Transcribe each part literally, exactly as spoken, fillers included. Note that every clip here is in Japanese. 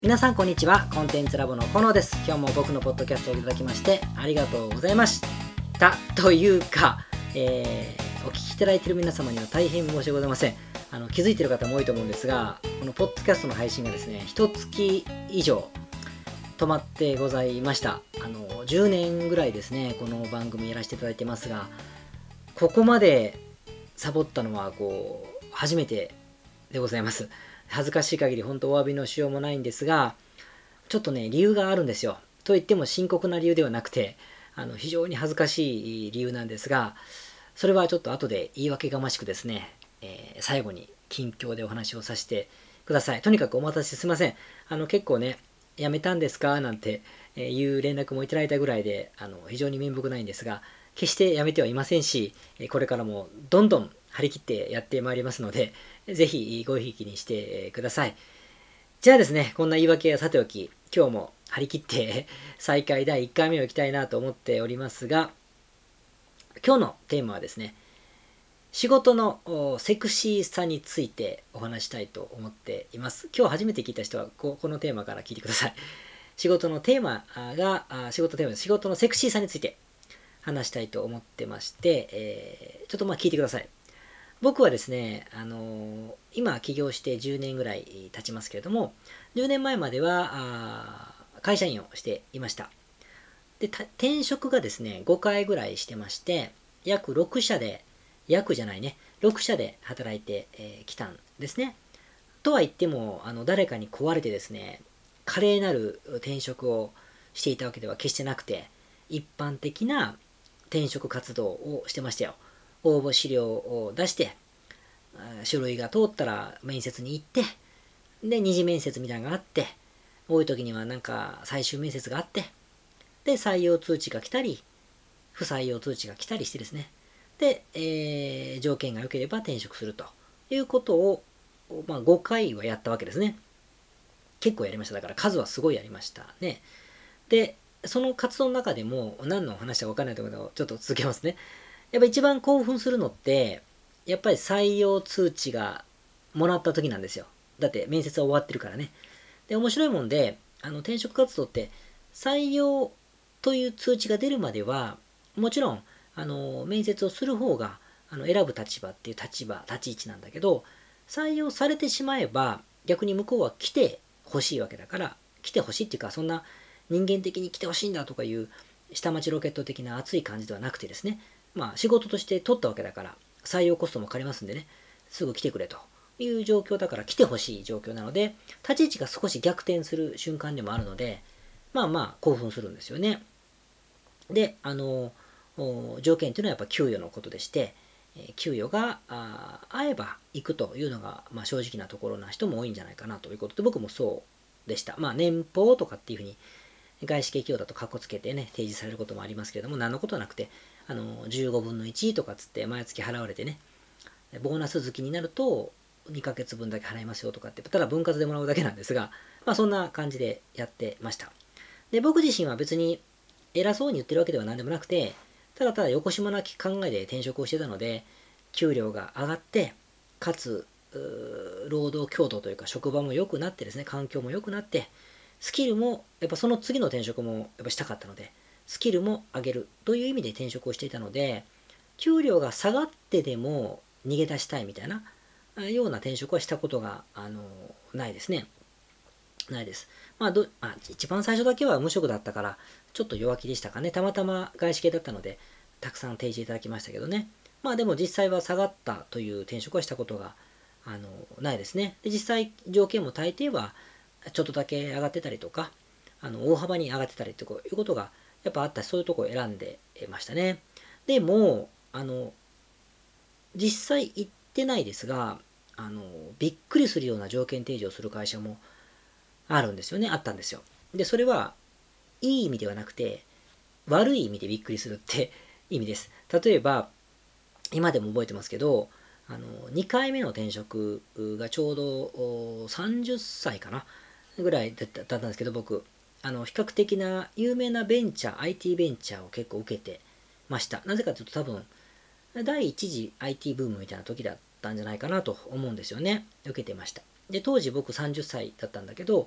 皆さんこんにちは。コンテンツラボのコノです。今日も僕のポッドキャストをいただきましてありがとうございましたというか、えー、お聞きいただいている皆様には大変申し訳ございません。あの気づいている方も多いと思うんですが、このポッドキャストの配信がですね一月以上止まってございました。あのじゅうねんぐらいですねこの番組やらせていただいてますが、ここまでサボったのはこう初めてでございます。恥ずかしい限り本当お詫びのしようもないんですが、ちょっとね理由があるんですよ。と言っても深刻な理由ではなくて、あの非常に恥ずかしい理由なんですが、それはちょっと後で言い訳がましくですね、えー、最後に近況でお話をさせてください。とにかくお待たせすいません。あの結構ね、やめたんですかなんていう連絡もいただいたぐらいで、あの非常に面目ないんですが、決してやめてはいませんし、これからもどんどん張り切ってやってまいりますので、ぜひごひいきにしてください。じゃあですね、こんな言い訳はさておき、今日も張り切って再開だいいっかいめをいきたいなと思っておりますが、今日のテーマはですね、仕事のセクシーさについてお話したいと思っています。今日初めて聞いた人はこのテーマから聞いてください。仕事のテーマが、仕事テーマ仕事のセクシーさについて話したいと思ってまして、えー、ちょっとまあ聞いてください。僕はですね、あのー、今起業してじゅうねんぐらい経ちますけれども、じゅうねんまえまでは会社員をしていました。で、転職がですね、ごかいぐらいしてまして、約ろくしゃで、約じゃないね、ろくしゃで働いてき、えー、たんですね。とは言っても、あの誰かに壊れてですね、華麗なる転職をしていたわけでは決してなくて、一般的な転職活動をしてましたよ。応募資料を出して、書類が通ったら面接に行って、で、二次面接みたいなのがあって、多い時にはなんか最終面接があって、で、採用通知が来たり、不採用通知が来たりしてですね。で、えー、条件が良ければ転職するということを、まあ、ごかいはやったわけですね。結構やりました。だから数はすごいやりましたね。で、その活動の中でも何の話か分かんないところをちょっと続けますね。やっぱ一番興奮するのって、やっぱり採用通知がもらった時なんですよ。だって面接は終わってるからね。で、面白いもんで、あの転職活動って採用という通知が出るまでは、もちろん、あの、面接をする方が、あの、選ぶ立場っていう立場、立ち位置なんだけど、採用されてしまえば、逆に向こうは来てほしいわけだから、来てほしいっていうか、そんな人間的に来てほしいんだとかいう下町ロケット的な熱い感じではなくてですね、まあ仕事として取ったわけだから、採用コストもかかりますんでね、すぐ来てくれという状況だから来てほしい状況なので、立ち位置が少し逆転する瞬間でもあるので、まあまあ興奮するんですよね。で、あの、条件というのはやっぱ給与のことでして、給与が合えば行くというのが、まあ、正直なところな人も多いんじゃないかなということで、僕もそうでした。まあ年俸とかっていうふうに外資系企業だとカッコつけてね、提示されることもありますけれども、何のことはなくて、あの、じゅうごぶんのいちとかつって毎月払われてね、ボーナス月になるとにかげつぶんだけ払いますよとかって、ただ分割でもらうだけなんですが、まあそんな感じでやってました。で、僕自身は別に偉そうに言ってるわけでは何でもなくて、ただただ横島な考えで転職をしてたので、給料が上がって、かつ、労働強度というか職場も良くなってですね、環境も良くなって、スキルも、やっぱその次の転職もやっぱしたかったので、スキルも上げるという意味で転職をしていたので、給料が下がってでも逃げ出したいみたいなような転職はしたことが、あの、ないですね。ないです。まあど、まあ、一番最初だけは無職だったから、ちょっと弱気でしたかね。たまたま外資系だったので、たくさん提示いただきましたけどね。まあでも実際は下がったという転職はしたことが、あの、ないですね。で、実際条件も大抵は、ちょっとだけ上がってたりとか、あの、大幅に上がってたりということが、やっぱあったし、そういうとこを選んでましたね。でも、あの、実際行ってないですが、あの、びっくりするような条件提示をする会社もあるんですよね。あったんですよ。で、それは、いい意味ではなくて、悪い意味でびっくりするって意味です。例えば、今でも覚えてますけど、あの、にかいめの転職がちょうどさんじゅっさいかなぐらいだったんですけど、僕、あの、比較的な有名なベンチャー、アイティー ベンチャーを結構受けてました。なぜかというと多分、第一次 アイティー ブームみたいな時だったんじゃないかなと思うんですよね。受けてました。で、当時僕さんじゅっさいだったんだけど、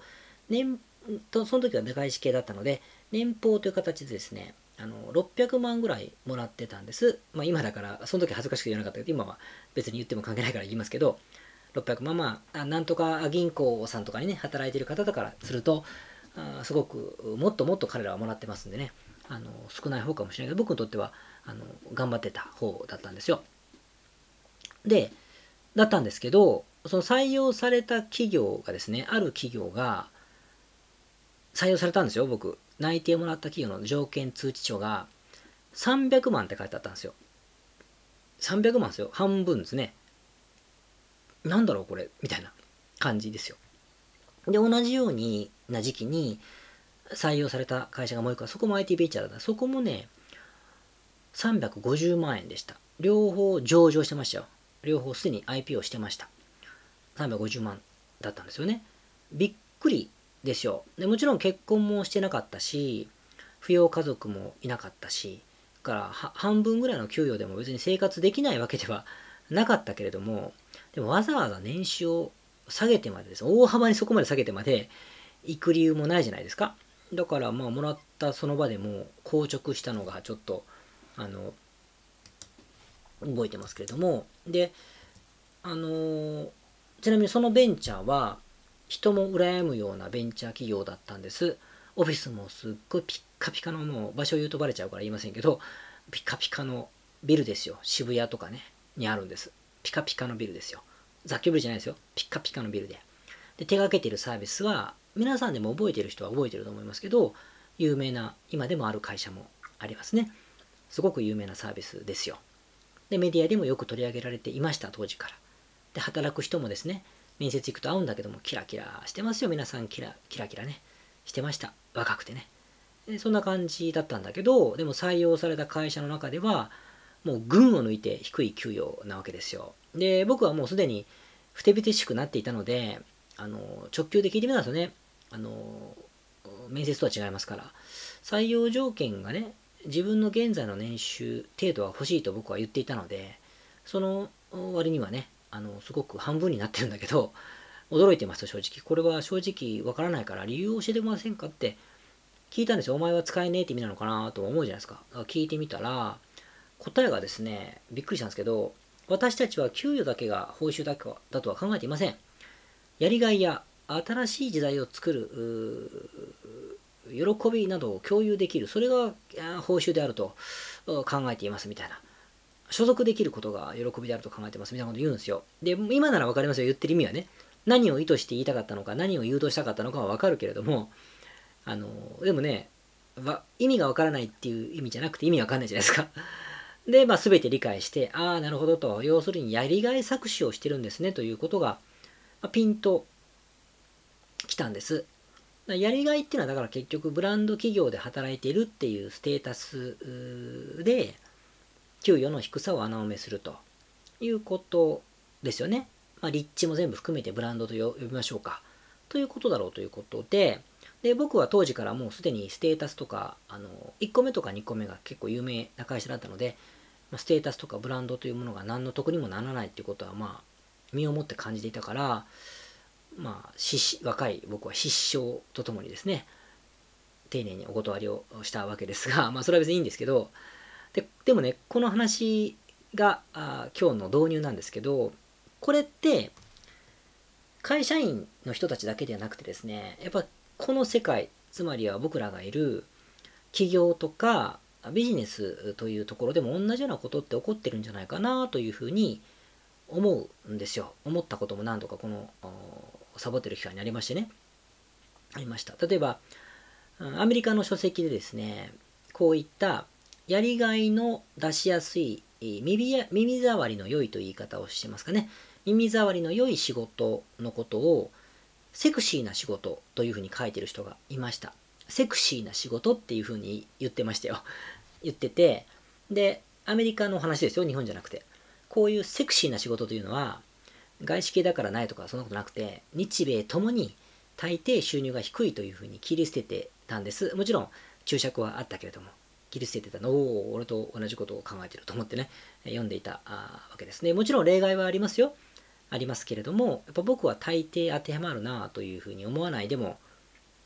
年とその時は外資系だったので、年俸という形でですね、あのろっぴゃくまんぐらいもらってたんです。まあ今だから、その時恥ずかしくて言わなかったけど、今は別に言っても関係ないから言いますけど、ろっぴゃくまん、まあ、なんとか銀行さんとかにね、働いてる方だからすると、あすごくもっともっと彼らはもらってますんでね、あの少ない方かもしれないけど、僕にとってはあの頑張ってた方だったんですよ。で、だったんですけど、その採用された企業がですね、ある企業が採用されたんですよ、僕。内定もらった企業の条件通知書がさんびゃくまんって書いてあったんですよ。さんびゃくまんですよ。半分ですね。なんだろうこれみたいな感じですよ。で、同じようにな時期に採用された会社がもう一個、そこも アイティー ベンチャーだった。そこもね、さんびゃくごじゅうまんえんでした。両方上場してましたよ。両方すでに アイピーオー してました。さんびゃくごじゅうまんだったんですよね。びっくりですよ。でもちろん結婚もしてなかったし、扶養家族もいなかったし、だから半分ぐらいの給与でも別に生活できないわけではなかったけれども、でもわざわざ年収を下げてまでです、大幅にそこまで下げてまで行く理由もないじゃないですか。だからまあもらったその場でも硬直したのがちょっとあの覚えてますけれども、であのちなみにそのベンチャーは人も羨むようなベンチャー企業だったんです。オフィスもすっごいピッカピカの、もう場所言うとバレちゃうから言いませんけど、ピカピカのビルですよ。渋谷とかねにあるんです。ピカピカのビルですよ。雑居ビルじゃないですよ。ピッカピカのビルで。で手がけているサービスは皆さんでも覚えている人は覚えていると思いますけど、有名な今でもある会社もありますね。すごく有名なサービスですよ。でメディアでもよく取り上げられていました、当時から。で働く人もですね、面接行くと会うんだけどもキラキラしてますよ。皆さんキラキラキラねしてました。若くてね。でそんな感じだったんだけど、でも採用された会社の中ではもう群を抜いて低い給与なわけですよ。で僕はもうすでにふてぶてしくなっていたので、あの直球で聞いてみたんですよね。あの面接とは違いますから、採用条件がね、自分の現在の年収程度は欲しいと僕は言っていたので、その割にはね、あのすごく半分になってるんだけど、驚いてました。正直これは正直わからないから理由を教えてもらえませんかって聞いたんですよ。お前は使えねえって意味なのかなと思うじゃないですか。だから聞いてみたら、答えがですね、びっくりしたんですけど、私たちは給与だけが報酬だとは考えていません。やりがいや新しい時代を作る喜びなどを共有できる、それが報酬であると考えていますみたいな。所属できることが喜びであると考えてますみたいなこと言うんですよ。で、今なら分かりますよ。言ってる意味はね。何を意図して言いたかったのか、何を誘導したかったのかは分かるけれども、あの、でもね、意味が分からないっていう意味じゃなくて意味分かんないじゃないですか。で、まあ、全て理解して、ああ、なるほどと。要するにやりがい搾取をしてるんですねということが、まあ、ピンときたんです。やりがいっていうのはだから結局ブランド企業で働いているっていうステータスで給与の低さを穴埋めするということですよね。まあ、立地も全部含めてブランドと呼びましょうか。ということだろうということで、で僕は当時からもうすでにステータスとか、あのいっこめとかにこめが結構有名な会社だったので、ステータスとかブランドというものが何の得にもならないっていうことはまあ身をもって感じていたから、まあ、若い僕は失笑とともにですね、丁寧にお断りをしたわけですが、まあそれは別にいいんですけど、ででもね、この話があ今日の導入なんですけど、これって会社員の人たちだけではなくてですね、やっぱこの世界、つまりは僕らがいる企業とかビジネスというところでも同じようなことって起こってるんじゃないかなというふうに思うんですよ。思ったことも何度かこのサボってる機会にありましてね。ありました。例えば、アメリカの書籍でですね、こういったやりがいの出しやすい耳や耳障りの良いという言い方をしてますかね。耳障りの良い仕事のことをセクシーな仕事というふうに書いてる人がいました。セクシーな仕事っていうふうに言ってましたよ。言ってて、で、アメリカの話ですよ、日本じゃなくて。こういうセクシーな仕事というのは、外資系だからないとかそんなことなくて、日米ともに大抵収入が低いというふうに切り捨ててたんです。もちろん注釈はあったけれども、切り捨ててたのを俺と同じことを考えてると思ってね、読んでいたわけですね。もちろん例外はありますよ。ありますけれども、やっぱ僕は大抵当てはまるなというふうに思わないでも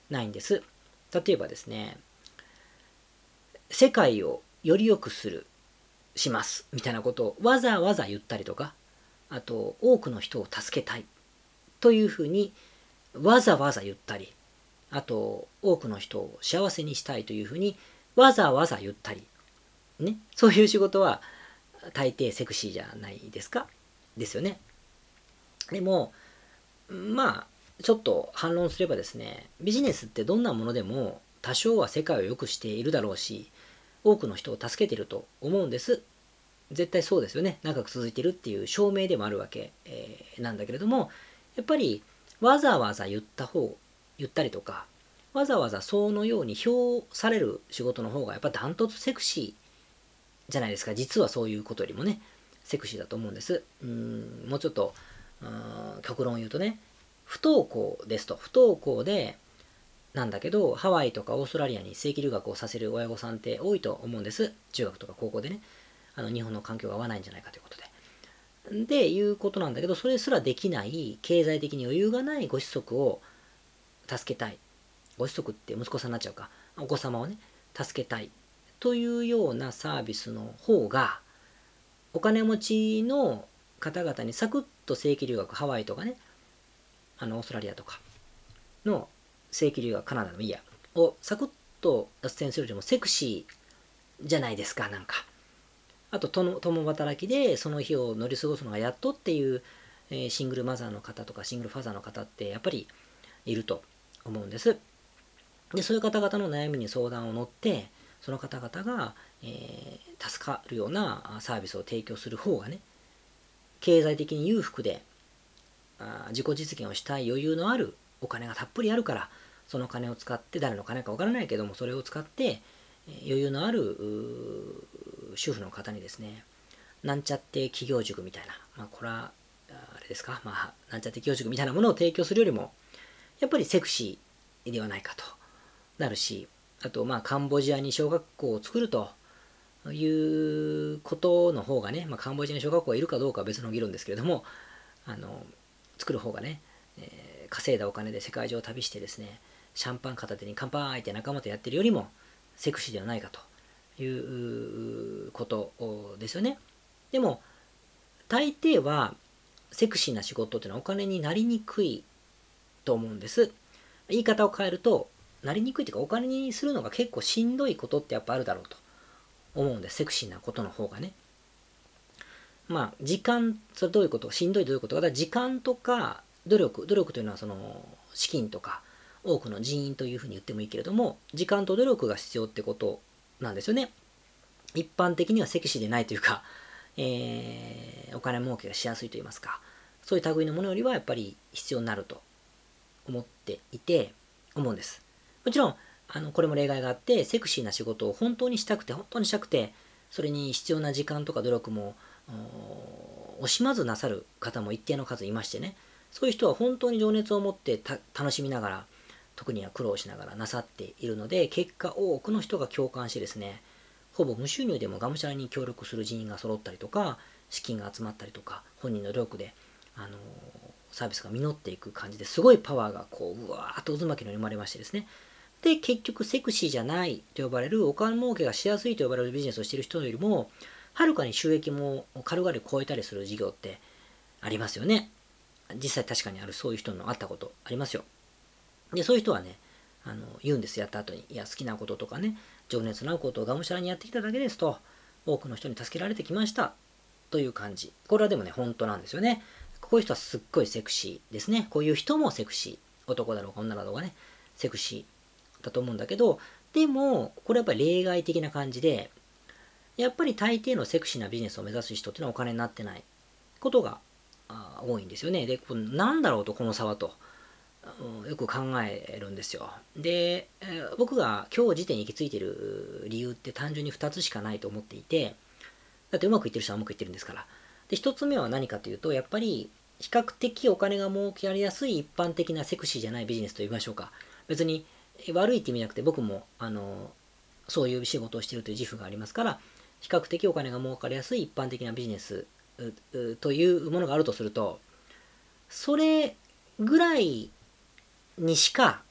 ないんです。例えばですね、世界をより良くする、しますみたいなことをわざわざ言ったりとか、あと多くの人を助けたいというふうにわざわざ言ったり、あと多くの人を幸せにしたいというふうにわざわざ言ったりね、そういう仕事は大抵セクシーじゃないですかですよね。でもまあちょっと反論すればですね、ビジネスってどんなものでも多少は世界を良くしているだろうし、多くの人を助けていると思うんです。絶対そうですよね。長く続いているっていう証明でもあるわけ、えーなんだけれども、やっぱりわざわざ言った方、言ったりとか、わざわざそのように評される仕事の方がやっぱダントツセクシーじゃないですか。実はそういうことよりもね、セクシーだと思うんです。うーん、もうちょっと、極論言うとね、不登校ですと。不登校で、なんだけど、ハワイとかオーストラリアに正規留学をさせる親御さんって多いと思うんです。中学とか高校でね。あの日本の環境が合わないんじゃないかということで。で、いうことなんだけど、それすらできない、経済的に余裕がないご子息を助けたい。ご子息って息子さんになっちゃうか。お子様をね、助けたい。というようなサービスの方が、お金持ちの方々にサクッと正規留学、ハワイとかね、あのオーストラリアとかの正規留学、カナダのいいや、をサクッと脱線するよりもセクシーじゃないですか、なんか。あと共働きでその日を乗り過ごすのがやっとっていう、えーシングルマザーの方とかシングルファザーの方ってやっぱりいると思うんです。で、そういう方々の悩みに相談を乗って、その方々が、えー助かるようなサービスを提供する方がね、経済的に裕福であ自己実現をしたい余裕のあるお金がたっぷりあるから、その金を使って、誰の金かわからないけども、それを使って余裕のある主婦の方にですね、なんちゃって企業塾みたいな、まあこれはあれですか、まあなんちゃって企業塾みたいなものを提供するよりも、やっぱりセクシーではないかとなるし、あとまあカンボジアに小学校を作るということの方がね、まあ、カンボジアに小学校がいるかどうかは別の議論ですけれども、あの作る方がね、えー稼いだお金で世界中を旅してですね、シャンパン片手に乾杯って仲間とやってるよりもセクシーではないかということですよね。でも大抵はセクシーな仕事っていうのはお金になりにくいと思うんです。言い方を変えると、なりにくいっていうかお金にするのが結構しんどいことってやっぱあるだろうと思うんです。セクシーなことの方がね。まあ時間、それどういうこと、しんどいどういうことか、だから時間とか努力、努力というのはその資金とか多くの人員というふうに言ってもいいけれども、時間と努力が必要ってことなんですよね。一般的にはセクシーでないというか、えー、お金儲けがしやすいと言いますか、そういう類のものよりはやっぱり必要になると思っていて、思うんです。もちろん、あのこれも例外があって、セクシーな仕事を本当にしたくて、本当にしたくて、それに必要な時間とか努力も惜しまずなさる方も一定の数いましてね、そういう人は本当に情熱を持って楽しみながら、特には苦労しながらなさっているので、結果多くの人が共感してですね、ほぼ無収入でもがむしゃらに協力する人員が揃ったりとか、資金が集まったりとか、本人の努力で、あのサービスが実っていく感じですごいパワーがこう、うわーっと渦巻きのように生まれましてですね。で、結局セクシーじゃないと呼ばれる、お金儲けがしやすいと呼ばれるビジネスをしている人よりも、はるかに収益も軽々超えたりする事業ってありますよね。実際確かにある、そういう人の会ったことありますよ。で、そういう人はね、あの言うんです、やった後に。いや、好きなこととかね、情熱のあることをがむしゃらにやってきただけですと、多くの人に助けられてきましたという感じ。これはでもね、本当なんですよね。こういう人はすっごいセクシーですね。こういう人もセクシー。男だろうが女だろうがね、セクシーだと思うんだけど、でも、これやっぱり例外的な感じで、やっぱり大抵のセクシーなビジネスを目指す人っていうのはお金になってないことが多いんですよね。で、これなんだろうと、この差はと。よく考えるんですよ。で、僕が今日時点に行き着いている理由って単純にふたつしかないと思っていて、だってうまくいってる人はうまくいってるんですから。で、ひとつめは何かというと、やっぱり比較的お金が儲けられやすい一般的なセクシーじゃないビジネスと言いましょうか。別に悪いって意味じゃなくて、僕もあのそういう仕事をしているという自負がありますから、比較的お金が儲かりやすい一般的なビジネスというものがあるとすると、それぐらいにしか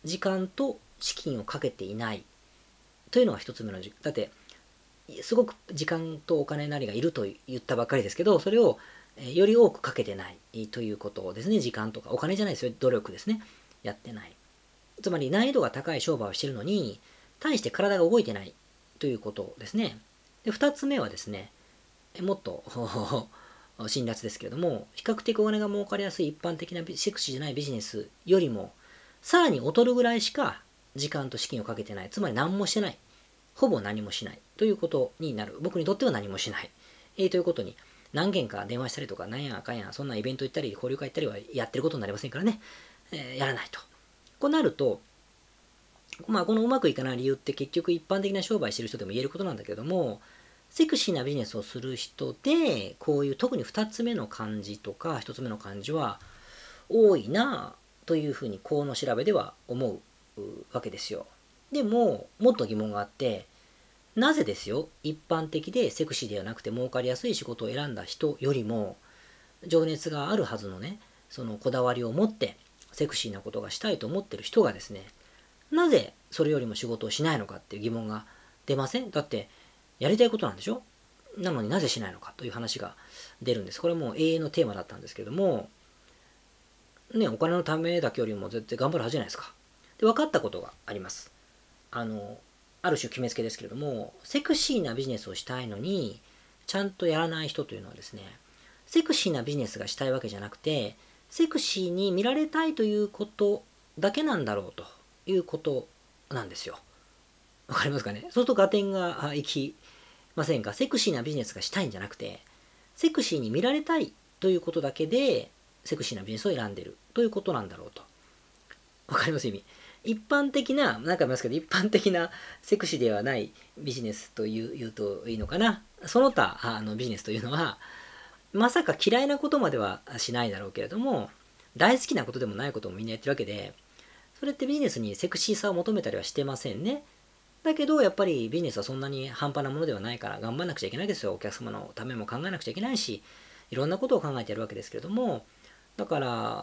時間と資金をかけていないというのが一つ目の軸。だって、すごく時間とお金なりがいると言ったばっかりですけど、それをより多くかけてないということですね。時間とか。お金じゃないですよ。努力ですね。やってない。つまり難易度が高い商売をしているのに、対して体が動いてないということですね。で、二つ目はですね、もっと辛辣ですけれども、比較的お金が儲かりやすい一般的なセクシーじゃないビジネスよりも、さらに劣るぐらいしか時間と資金をかけてない。つまり何もしてない。ほぼ何もしないということになる。僕にとっては何もしない。えー、ということに、何件か電話したりとか、なんやかんや、そんなイベント行ったり、交流会行ったりはやってることになりませんからね。えー、やらないと。こうなると、まあ、このうまくいかない理由って結局一般的な商売してる人でも言えることなんだけども、セクシーなビジネスをする人で、こういう特に二つ目の漢字とか一つ目の漢字は多いなというふうにこの調べでは思うわけですよ。でも、もっと疑問があって、なぜですよ、一般的でセクシーではなくて儲かりやすい仕事を選んだ人よりも、情熱があるはずのね、そのこだわりを持ってセクシーなことがしたいと思ってる人がですね、なぜそれよりも仕事をしないのかっていう疑問が出ません？だって、やりたいことなんでしょ？なのになぜしないのかという話が出るんです。これもう永遠のテーマだったんですけども、ね、お金のためだけよりも絶対頑張るはずじゃないですか。で、分かったことがあります。あの、ある種決めつけですけれども、セクシーなビジネスをしたいのに、ちゃんとやらない人というのはですね、セクシーなビジネスがしたいわけじゃなくて、セクシーに見られたいということだけなんだろうということなんですよ。わかりますかね？そうすると合点がいきませんか？セクシーなビジネスがしたいんじゃなくて、セクシーに見られたいということだけで、セクシーなビジネスを選んでいるということなんだろうと。わかります意味？一般的な、何回も言いますけど、一般的なセクシーではないビジネスという言うといいのかな。その他あのビジネスというのは、まさか嫌いなことまではしないだろうけれども、大好きなことでもないこともみんなやってるわけで、それってビジネスにセクシーさを求めたりはしてませんね。だけど、やっぱりビジネスはそんなに半端なものではないから頑張んなくちゃいけないですよ。お客様のためも考えなくちゃいけないし、いろんなことを考えてやるわけですけれども、だから、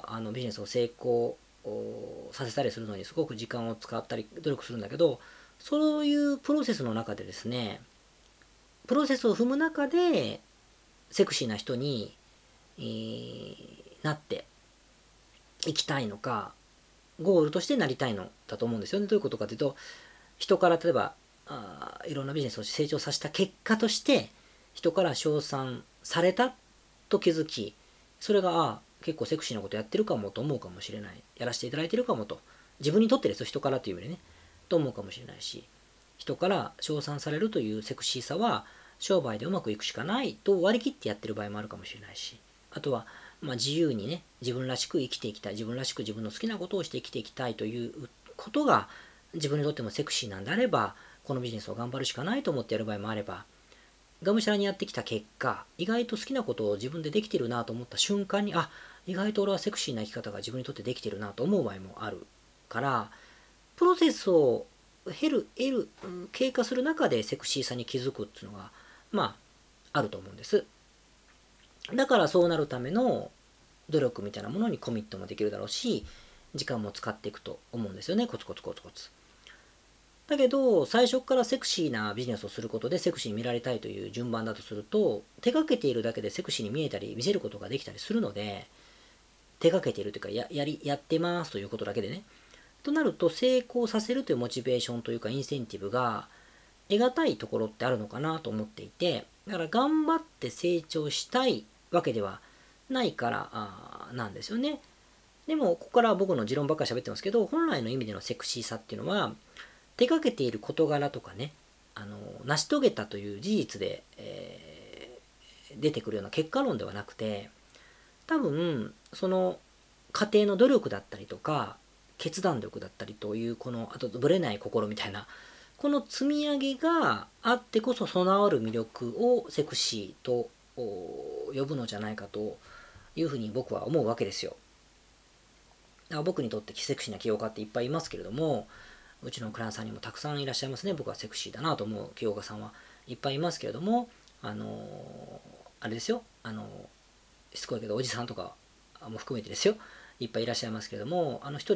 あのビジネスを成功させたりするのにすごく時間を使ったり努力するんだけど、そういうプロセスの中でですね、プロセスを踏む中で、セクシーな人に、えーなっていきたいのか、ゴールとしてなりたいのだと思うんですよね。どういうことかというと、人から例えばあいろんなビジネスを成長させた結果として人から称賛されたと気づき、それがあ結構セクシーなことやってるかもと思うかもしれない、やらせていただいてるかもと、自分にとってですよ、人からというよりね、と思うかもしれないし、人から称賛されるというセクシーさは商売でうまくいくしかないと割り切ってやってる場合もあるかもしれないし、あとはまあ自由にね、自分らしく生きていきたい、自分らしく自分の好きなことをして生きていきたいということが自分にとってもセクシーなんであれば、このビジネスを頑張るしかないと思ってやる場合もあれば、がむしゃらにやってきた結果、意外と好きなことを自分でできてるなと思った瞬間に、あ、意外と俺はセクシーな生き方が自分にとってできてるなと思う場合もあるから、プロセスを経る、得る、経過する中でセクシーさに気づくっていうのが、まあ、あると思うんです。だからそうなるための努力みたいなものにコミットもできるだろうし、時間も使っていくと思うんですよね。コツコツコツコツ。だけど、最初からセクシーなビジネスをすることでセクシーに見られたいという順番だとすると、手掛けているだけでセクシーに見えたり見せることができたりするので、手掛けているというか、や、やり、やってますということだけでね。となると、成功させるというモチベーションというか、インセンティブが、得難いところってあるのかなと思っていて、だから頑張って成長したいわけではないからあなんですよね。でも、ここから僕の持論ばっかり喋ってますけど、本来の意味でのセクシーさっていうのは、手掛けている事柄とかね、あの、成し遂げたという事実で、えー、出てくるような結果論ではなくて、多分、その過程の努力だったりとか、決断力だったりという、この、あと、ぶれない心みたいな、この積み上げがあってこそ備わる魅力をセクシーと呼ぶのじゃないかというふうに僕は思うわけですよ。だから僕にとってセクシーな起業家っていっぱいいますけれども、うちのクライアントさんにもたくさんいらっしゃいますね。僕はセクシーだなと思う起業家さんはいっぱいいますけれども、あのー、あれですよ、あのー、しつこいけどおじさんとかも含めてですよ、いっぱいいらっしゃいますけれども、あの一人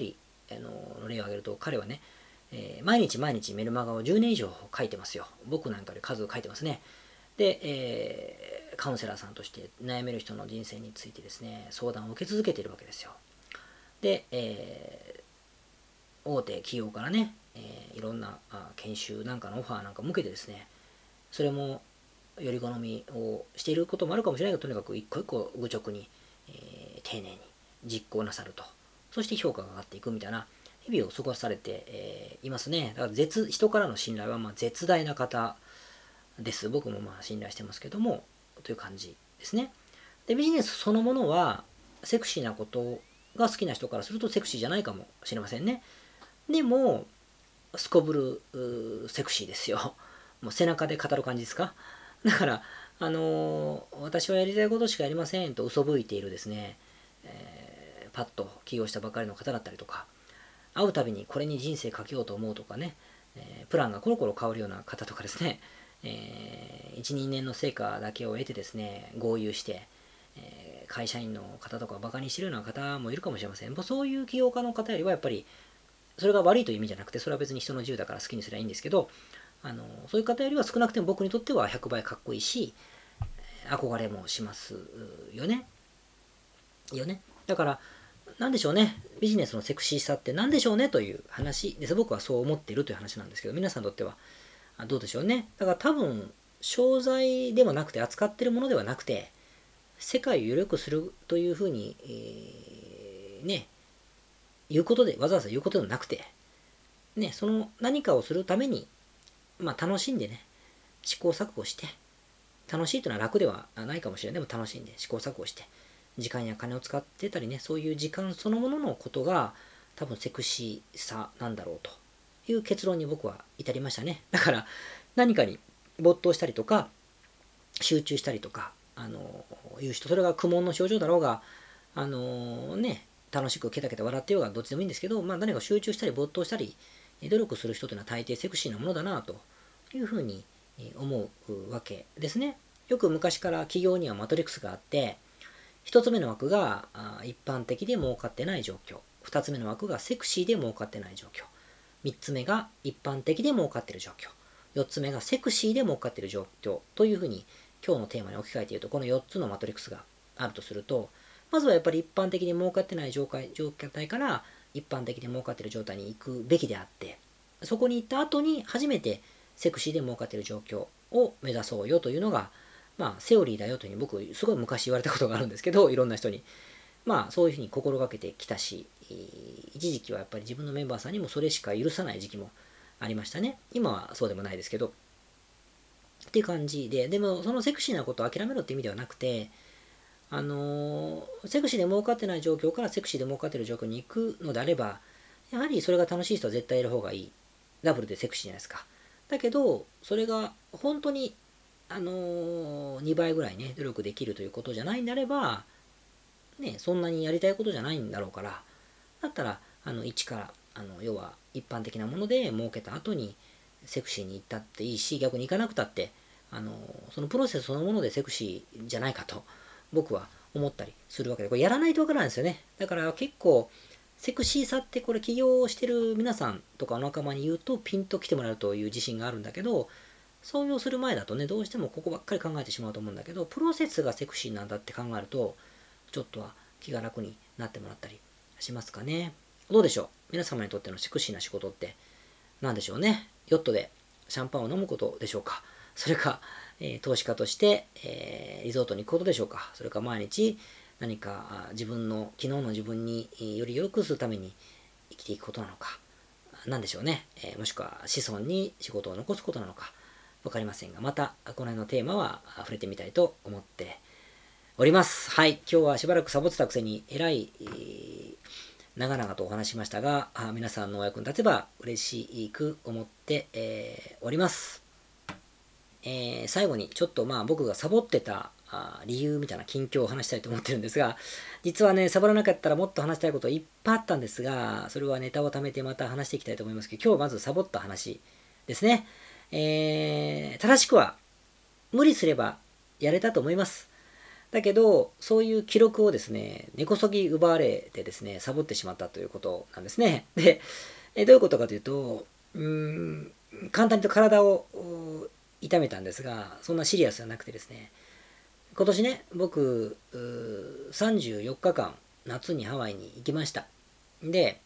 の例を挙げると、彼はね、えー、毎日毎日メルマガをじゅうねん以上書いてますよ。僕なんかより数を書いてますね。で、えー、カウンセラーさんとして悩める人の人生についてですね、相談を受け続けているわけですよ。で、えー、大手企業からね、えー、いろんな研修なんかのオファーなんか向けてですね、それもより好みをしていることもあるかもしれないけど、とにかく一個一個愚直に、えー、丁寧に実行なさると。そして評価が上がっていくみたいな日々を過ごされて、えー、いますね。だから絶人からの信頼はまあ絶大な方です。僕もまあ信頼してますけども、という感じですね。で、ビジネスそのものはセクシーなことが好きな人からするとセクシーじゃないかもしれませんね。でも、すこぶるセクシーですよ。もう背中で語る感じですか。だから、あのー、私はやりたいことしかやりませんと嘘吹いているですね、えー、パッと起業したばかりの方だったりとか、会うたびにこれに人生かけようと思うとかね、えー、プランがコロコロ変わるような方とかですね、えー、いち、にねんの成果だけを得てですね、豪遊して、えー、会社員の方とかバカにしてるような方もいるかもしれません。そういう起業家の方よりはやっぱり、それが悪いという意味じゃなくて、それは別に人の自由だから好きにすればいいんですけど、あのそういう方よりは少なくても僕にとってはひゃくばいかっこいいし、憧れもしますよね。よね。だから、なんでしょうね。ビジネスのセクシーさって何でしょうねという話です。僕はそう思っているという話なんですけど、皆さんにとってはどうでしょうね。だから多分、商材でもなくて、扱ってるものではなくて、世界をより良くするというふうに、えー、ね、言うことで、わざわざ言うことではなくて、ね、その何かをするために、まあ楽しんでね、試行錯誤して、楽しいというのは楽ではないかもしれない。でも楽しんで試行錯誤して、時間や金を使ってたりね、そういう時間そのもののことが多分セクシーさなんだろうという結論に僕は至りましたね。だから何かに没頭したりとか、集中したりとか、あの、いう人、それが苦悶の症状だろうが、あのね、楽しくケタケタ笑ってようがどっちでもいいんですけど、まあ何か集中したり没頭したり、努力する人というのは大抵セクシーなものだなというふうに思うわけですね。よく昔から企業にはマトリックスがあって、一つ目の枠が一般的で儲かってない状況。二つ目の枠がセクシーで儲かってない状況。三つ目が一般的で儲かってる状況。四つ目がセクシーで儲かってる状況。というふうに今日のテーマに置き換えて言うと、このよっつのマトリックスがあるとすると、まずはやっぱり一般的に儲かってない状態状態から一般的で儲かってる状態に行くべきであって、そこに行った後に初めてセクシーで儲かってる状況を目指そうよというのが、まあ、セオリーだよというふうに僕、すごい昔言われたことがあるんですけど、いろんな人に。まあ、そういうふうに心がけてきたし、一時期はやっぱり自分のメンバーさんにもそれしか許さない時期もありましたね。今はそうでもないですけど。っていう感じで、でも、そのセクシーなことを諦めろって意味ではなくて、あのー、セクシーで儲かってない状況からセクシーで儲かってる状況に行くのであれば、やはりそれが楽しい人は絶対いる方がいい。ダブルでセクシーじゃないですか。だけど、それが本当に、あのー、にばいぐらいね、努力できるということじゃないんであれば、ね、そんなにやりたいことじゃないんだろうから、だったら、あの、一から、あの、要は一般的なもので儲けた後にセクシーに行ったっていいし、逆に行かなくたって、あの、そのプロセスそのものでセクシーじゃないかと、僕は思ったりするわけで、これやらないとわからないんですよね。だから結構、セクシーさってこれ起業してる皆さんとかお仲間に言うとピンと来てもらうという自信があるんだけど、創業する前だとね、どうしてもここばっかり考えてしまうと思うんだけど、プロセスがセクシーなんだって考えると、ちょっとは気が楽になってもらったりしますかね。どうでしょう、皆様にとってのセクシーな仕事って何でしょうね。ヨットでシャンパンを飲むことでしょうか。それか、えー、投資家として、えー、リゾートに行くことでしょうか。それか毎日何か自分の、昨日の自分により良くするために生きていくことなのか。何でしょうね。えー、もしくは子孫に仕事を残すことなのか。わかりませんが、またこの辺のテーマは触れてみたいと思っております。はい。今日はしばらくサボってたくせに、えらい、えー、長々とお話しましたが、皆さんのお役に立てば嬉しく思って、えー、おります。えー、最後にちょっとまあ僕がサボってた理由みたいな近況を話したいと思ってるんですが、実はね、サボらなかったらもっと話したいこといっぱいあったんですが、それはネタを貯めてまた話していきたいと思いますけど、今日まずサボった話ですね。えー、正しくは無理すればやれたと思います。 だけど、そういう記録をですね、根こそぎ奪われてですね、サボってしまったということなんですね。で、えどういうことかというと、うーん、簡単に言うと体をお痛めたんですが、そんなシリアスじゃなくてですね、今年ね、僕、うーさんじゅうよっかかん、夏にハワイに行きました。で、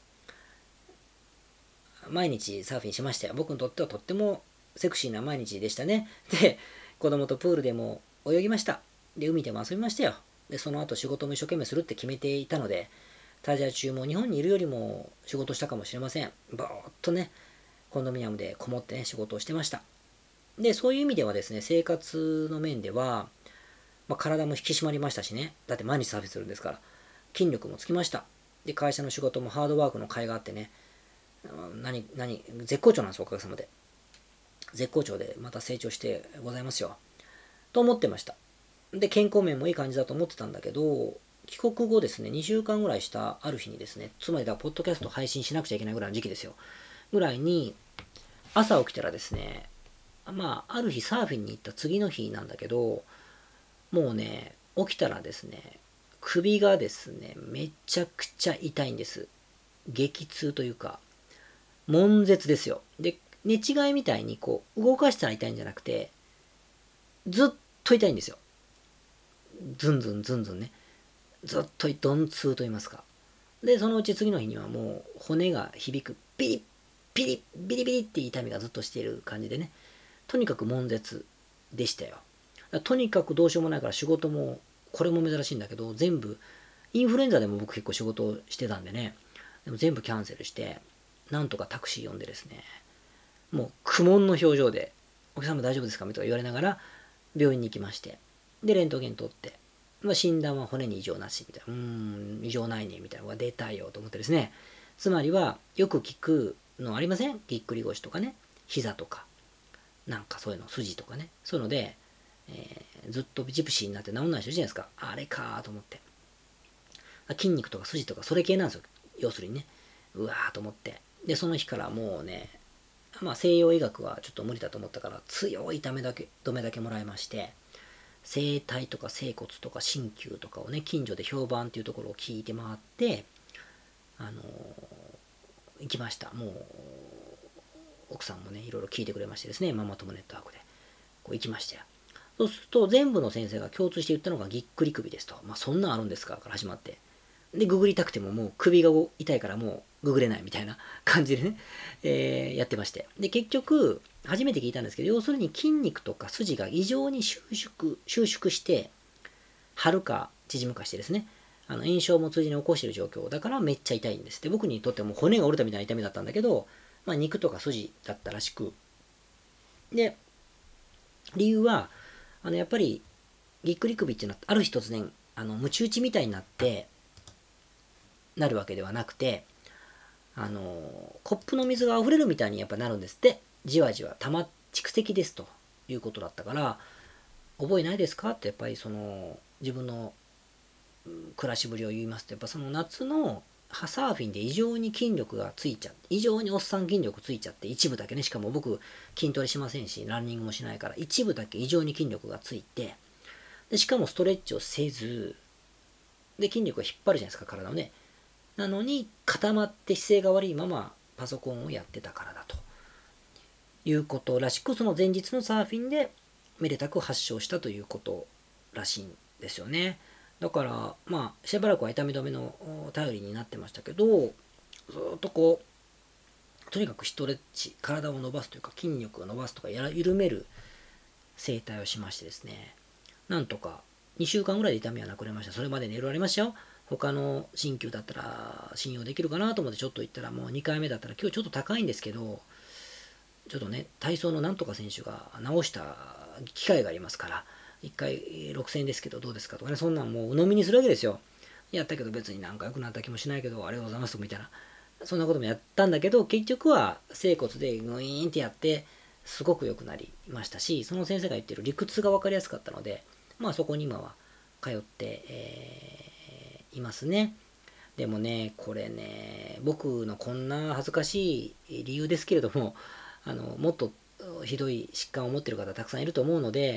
毎日サーフィンしましたよ。僕にとってはとってもセクシーな毎日でしたね。で、子供とプールでも泳ぎました。で、海でも遊びましたよ。で、その後仕事も一生懸命するって決めていたので、滞在中も日本にいるよりも仕事したかもしれません。ぼーっとね、コンドミニアムでこもってね、仕事をしてました。で、そういう意味ではですね、生活の面では、まあ、体も引き締まりましたしね。だって毎日サーフィンするんですから。筋力もつきました。で、会社の仕事もハードワークの甲斐があってね、何、何、絶好調なんですよ、おかげさまで。絶好調でまた成長してございますよ。と思ってました。で、健康面もいい感じだと思ってたんだけど、帰国後ですね、にしゅうかんぐらいしたある日にですね、つまりだ、ポッドキャスト配信しなくちゃいけないぐらいの時期ですよ。ぐらいに、朝起きたらですね、まあ、ある日サーフィンに行った次の日なんだけど、もうね、起きたらですね、首がですね、めちゃくちゃ痛いんです。激痛というか、悶絶ですよ。で、寝違いみたいにこう、動かしたら痛いんじゃなくて、ずっと痛いんですよ。ズンズンズンズンね。ずっと鈍痛と言いますか。で、そのうち次の日にはもう骨が響く、ピリッ、ピリッ、ビリビリって痛みがずっとしている感じでね。とにかく悶絶でしたよ。とにかくどうしようもないから仕事も、これも珍しいんだけど、全部、インフルエンザでも僕結構仕事をしてたんでね、でも全部キャンセルして、なんとかタクシー呼んでですね、もう苦悶の表情で、お客様大丈夫ですかとか言われながら、病院に行きまして、で、レントゲン取って、まあ、診断は骨に異常なし、みたいな、うーん、異常ないね、みたいなのが出たよと思ってですね、つまりは、よく聞くのありません？ぎっくり腰とかね、膝とか、なんかそういうの、筋とかね、そういうので、えー、ずっとジプシーになって治んない人いるじゃないですか。あれかーと思って。筋肉とか筋とかそれ系なんですよ。要するにね。うわーと思って。で、その日からもうね、まあ西洋医学はちょっと無理だと思ったから強い痛めだけ、止めだけもらいまして、整体とか整骨とか鍼灸とかをね、近所で評判っていうところを聞いて回って、あのー行きました。もう、奥さんもね、いろいろ聞いてくれましてですね、ママ友ネットワークで。こう行きましたよ。そうすると、全部の先生が共通して言ったのがぎっくり首ですと。まあ、そんなんあるんですかから始まって。で、ググりたくてももう首が痛いからもうググれないみたいな感じでね、えーやってまして。で、結局、初めて聞いたんですけど、要するに筋肉とか筋が異常に収縮、収縮して、張るか縮むかしてですね、あの炎症も通じに起こしている状況だからめっちゃ痛いんです。で、僕にとってはもう骨が折れたみたいな痛みだったんだけど、まあ、肉とか筋だったらしく、で、理由は、あの、やっぱり、ぎっくり首っていうのは、ある日突然、あの、ムチ打ちみたいになって、なるわけではなくて、あの、コップの水が溢れるみたいにやっぱなるんですって、じわじわ、たま、蓄積ですということだったから、覚えないですかってやっぱりその、自分の暮らしぶりを言いますと、やっぱその夏のサーフィンで異常に筋力がついちゃって、異常におっさん筋力ついちゃって、一部だけね、しかも僕筋トレしませんし、ランニングもしないから、一部だけ異常に筋力がついて、でしかもストレッチをせず、で、筋力を引っ張るじゃないですか、体をね。なのに、固まって姿勢が悪いままパソコンをやってたからだということらしく、その前日のサーフィンでめでたく発症したということらしいんですよね。だから、まあ、しばらくは痛み止めの頼りになってましたけど、ずっとこう、とにかくストレッチ、体を伸ばすというか、筋力を伸ばすとか、やら緩める整体をしましてですね、なんとかにしゅうかんぐらいで痛みはなくなりました。それまでにいろいろありましたよ。他の鍼灸だったら信用できるかなと思ってちょっと行ったら、もうにかいめだったら今日ちょっと高いんですけど、ちょっとね、体操のなんとか選手が直した機会がありますから、いっかいろくせんえんですけどどうですかとかね、そんなんもう鵜呑みにするわけですよ。やったけど別になんか良くなった気もしないけど、ありがとうございますみたいな。そんなこともやったんだけど、結局は整骨でグイーンってやって、すごく良くなりましたし、その先生が言ってる理屈が分かりやすかったので、まあそこに今は通って、えーいますね。でもね、これね、僕のこんな恥ずかしい理由ですけれども、あの、もっとひどい疾患を持っている方たくさんいると思うので、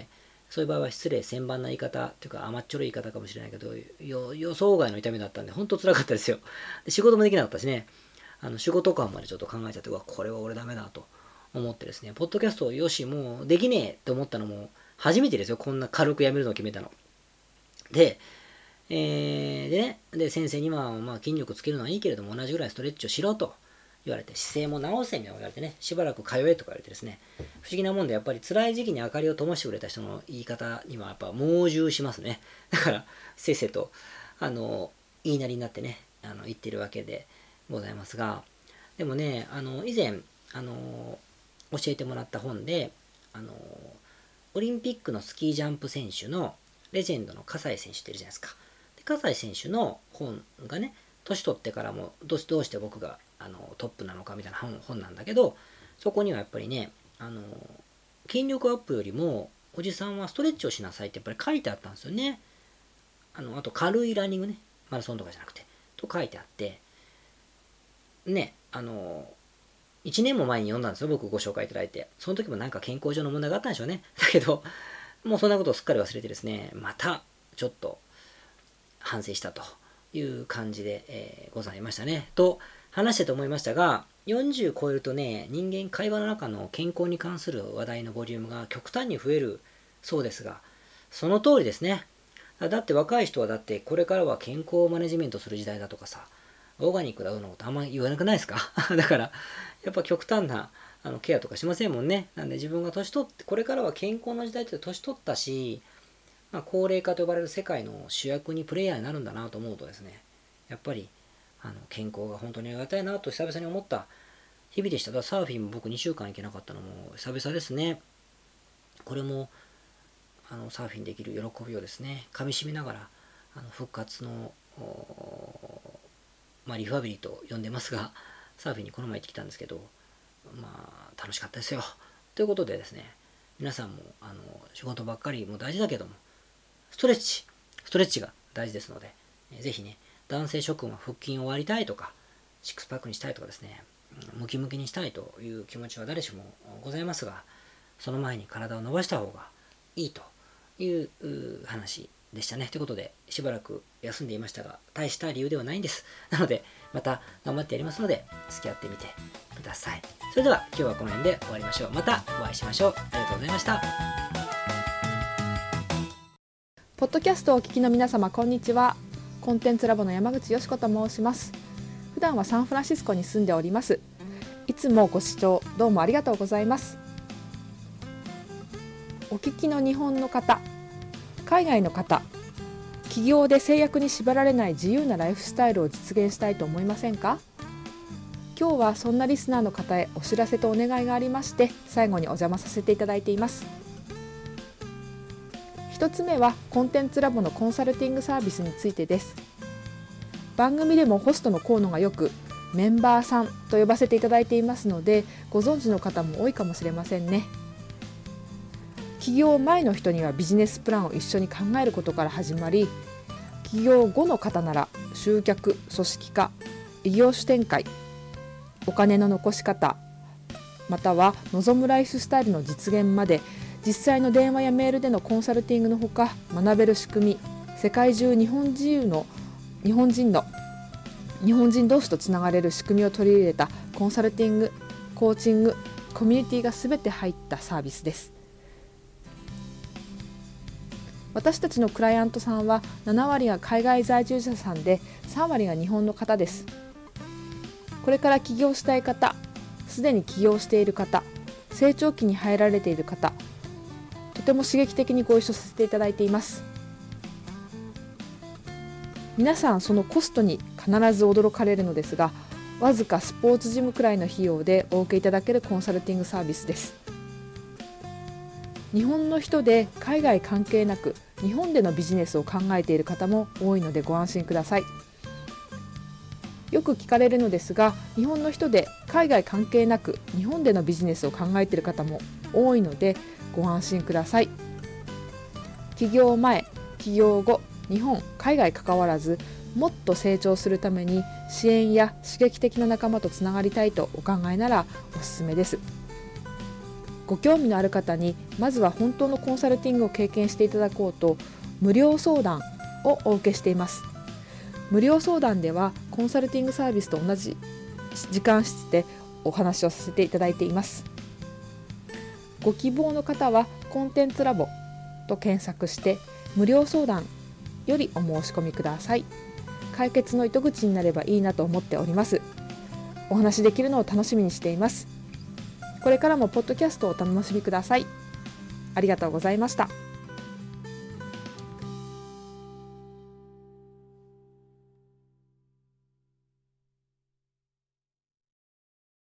そういう場合は失礼千万な言い方というか甘っちょろい言い方かもしれないけど、予想外の痛みだったんで本当辛かったですよ。で仕事もできなかったしね、あの仕事感までちょっと考えちゃって、うわこれは俺ダメだと思ってですね、ポッドキャストよしもうできねえって思ったのも初めてですよ。こんな軽くやめるのを決めたの。で、えー、でね、で先生には、まあ、筋力つけるのはいいけれども同じぐらいストレッチをしろと言われて、姿勢も直せみたいなの言われてね、しばらく通えとか言われてですね、不思議なもんでやっぱり辛い時期に明かりを灯してくれた人の言い方にはやっぱ猛従しますね。だからせっせとあの言いなりになってね、あの言ってるわけでございますが、でもね、あの以前あの教えてもらった本で、あのオリンピックのスキージャンプ選手のレジェンドの葛西選手っているじゃないですか。で葛西選手の本がね、年取ってからもどうして僕があのトップなのかみたいな 本, 本なんだけど、そこにはやっぱりね、あの筋力アップよりもおじさんはストレッチをしなさいってやっぱり書いてあったんですよね。あのあと軽いランニングね、マラソンとかじゃなくてと書いてあってね、あのいちねんも前に読んだんですよ、僕ご紹介いただいて。その時もなんか健康上の問題があったんでしょうね。だけどもうそんなことをすっかり忘れてですね、またちょっと反省したという感じで、えー、ございましたね。と話してと思いましたが、よんじゅう超えるとね、人間会話の中の健康に関する話題のボリュームが極端に増えるそうですが、その通りですね。だって若い人はだってこれからは健康マネジメントする時代だとかさ、オーガニックだのことあんまり言わなくないですかだからやっぱ極端なあのケアとかしませんもんね。なんで自分が年取って、これからは健康の時代って年取ったし、まあ、高齢化と呼ばれる世界の主役にプレイヤーになるんだなと思うとですね、やっぱりあの健康が本当にありがたいなと久々に思った日々でした。だからサーフィンも僕にしゅうかん行けなかったのも久々ですね。これもあのサーフィンできる喜びをですね、噛み締めながらあの復活の、まあ、リファビリと呼んでますが、サーフィンにこの前行ってきたんですけど、まあ楽しかったですよ。ということでですね、皆さんもあの仕事ばっかりも大事だけども、ストレッチ、ストレッチが大事ですので、ぜひね、男性諸君は腹筋を割りたいとか、シックスパックにしたいとかですね、ムキムキにしたいという気持ちは誰しもございますが、その前に体を伸ばした方がいいという話でしたね。ということで、しばらく休んでいましたが、大した理由ではないんです。なので、また頑張ってやりますので、付き合ってみてください。それでは、今日はこの辺で終わりましょう。またお会いしましょう。ありがとうございました。 ポッドキャストをお聞きの皆様、こんにちは。コンテンツラボの山口よし子と申します。普段はサンフランシスコに住んでおります。いつもご視聴どうもありがとうございます。お聞きの日本の方、海外の方、起業で制約に縛られない自由なライフスタイルを実現したいと思いませんか？今日はそんなリスナーの方へお知らせとお願いがありまして、最後にお邪魔させていただいています。一つ目はコンテンツラボのコンサルティングサービスについてです。番組でもホストの河野がよくメンバーさんと呼ばせていただいていますので、ご存知の方も多いかもしれませんね。起業前の人にはビジネスプランを一緒に考えることから始まり、起業後の方なら集客、組織化、異業種展開、お金の残し方、または望むライフスタイルの実現まで、実際の電話やメールでのコンサルティングのほか、学べる仕組み、世界中日本人の日本人の日本人同士とつながれる仕組みを取り入れたコンサルティング、コーチング、コミュニティがすべて入ったサービスです。私たちのクライアントさんはななわりが海外在住者さんでさんわりが日本の方です。これから起業したい方、すでに起業している方、成長期に入られている方、とても刺激的にご一緒させていただいています。皆さんそのコストに必ず驚かれるのですが、わずかスポーツジムくらいの費用でお受けいただけるコンサルティングサービスです。日本の人で海外関係なく日本でのビジネスを考えている方も多いのでご安心ください。よく聞かれるのですが、日本の人で海外関係なく日本でのビジネスを考えている方も多いのでご安心ください。起業前、起業後、日本、海外関わらずもっと成長するために支援や刺激的な仲間とつながりたいとお考えならおすすめです。 ご興味のある方にまずは本当のコンサルティングを経験していただこうと、無料相談をお受けしています。無料相談ではコンサルティングサービスと同じ時間室でお話をさせていただいています。ご希望の方はコンテンツラボと検索して無料相談よりお申し込みください。解決の糸口になればいいなと思っております。お話しできるのを楽しみにしています。これからもポッドキャストをお楽しみください。ありがとうございました。